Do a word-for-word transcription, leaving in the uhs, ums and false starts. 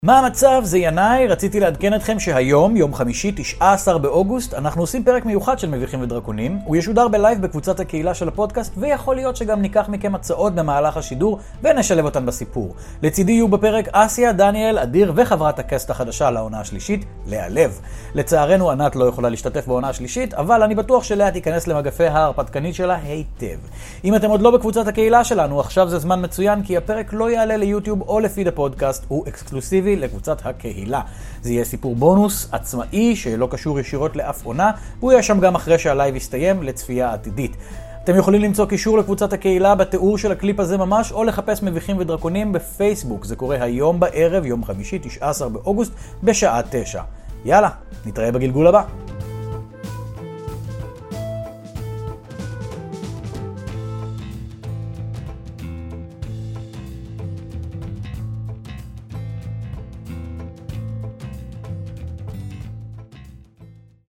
מה המצב? זה ינאי, רציתי לעדכן אתכם שהיום, יום חמישי, תשעה עשר באוגוסט, אנחנו עושים פרק מיוחד של מביכים ודרקונים. הוא ישודר בלייב בקבוצת הקהילה של הפודקאסט, ויכול להיות שגם ניקח מכם הצעות במהלך השידור, ונשלב אותן בסיפור. לצידי יהיו בפרק אסיה, דניאל, אדיר וחברת הקסט החדשה לעונה השלישית, לאה לב. לצערנו, ענת לא יכולה להשתתף בעונה השלישית, אבל אני בטוח שלאה תיכנס למגפי ההרפתקנית שלה היטב. אם אתם עוד לא בקבוצת הקהילה שלנו, עכשיו זה זמן מצוין, כי הפרק לא יעלה ליוטיוב או לפיד הפודקאסט, הוא אקסקלוסיבי לקבוצת הקהילה. זה יהיה סיפור בונוס עצמאי שלא קשור ישירות לאף עונה, והוא יהיה שם גם אחרי שהלייב יסתיים לצפייה עתידית. אתם יכולים למצוא קישור לקבוצת הקהילה בתיאור של הקליפ הזה ממש, או לחפש מביכים ודרקונים בפייסבוק. זה קורה היום בערב, יום חמישי, תשעה עשר באוגוסט, בשעה תשע. יאללה, נתראה בגלגול הבא.